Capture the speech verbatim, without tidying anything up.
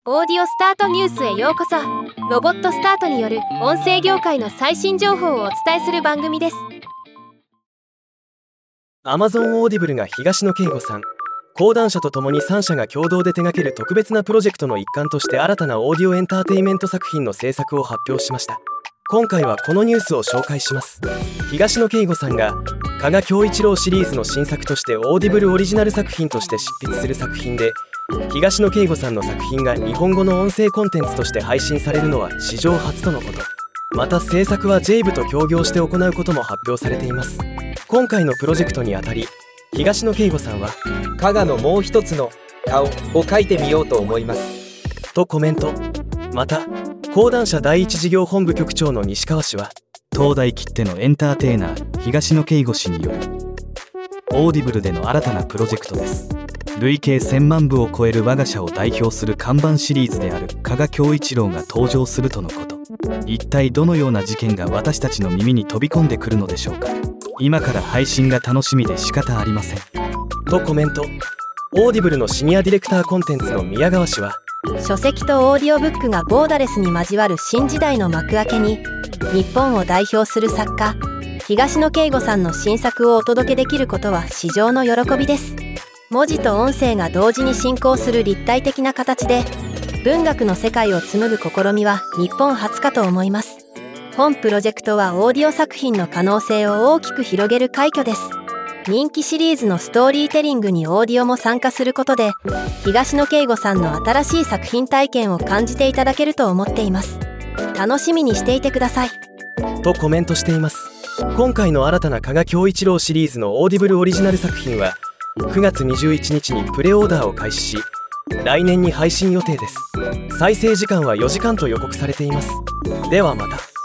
オーディオスタートニュースへようこそ。ロボットスタートによる音声業界の最新情報をお伝えする番組です。 Amazon Audible が東野圭吾さん、講談社とともにさん社が共同で手掛ける特別なプロジェクトの一環として新たなオーディオエンターテインメント作品の制作を発表しました。今回はこのニュースを紹介します。東野圭吾さんが加賀恭一郎シリーズの新作としてオーディブルオリジナル作品として執筆する作品で、東野圭吾さんの作品が日本語の音声コンテンツとして配信されるのは史上初とのこと。また制作は ジェイブ と協業して行うことも発表されています。今回のプロジェクトにあたり、東野圭吾さんは加賀のもう一つの顔を描いてみようと思いますとコメント。また講談社第一事業本部局長の西川氏は、 東大きってのエンターテイナー東野圭吾氏によるオーディブルでの新たなプロジェクトです。累計せんまんぶを超える我が社を代表する看板シリーズである加賀恭一郎が登場するとのこと。一体どのような事件が私たちの耳に飛び込んでくるのでしょうか。今から配信が楽しみで仕方ありませんとコメント。オーディブルのシニアディレクターコンテンツの宮川氏は、 書籍とオーディオブックがボーダレスに交わる新時代の幕開けに、日本を代表する作家東野圭吾さんの新作をお届けできることは至上の喜びです。文字と音声が同時に進行する立体的な形で文学の世界を紡ぐ試みは日本初かと思います。本プロジェクトはオーディオ作品の可能性を大きく広げる快挙です。人気シリーズのストーリーテリングにオーディオも参加することで、東野圭吾さんの新しい作品体験を感じていただけると思っています。楽しみにしていてくださいとコメントしています。今回の新たな加賀恭一郎シリーズのオーディブルオリジナル作品はくがつにじゅういちにちにプレオーダーを開始し、来年に配信予定です。再生時間はよじかんと予告されています。ではまた。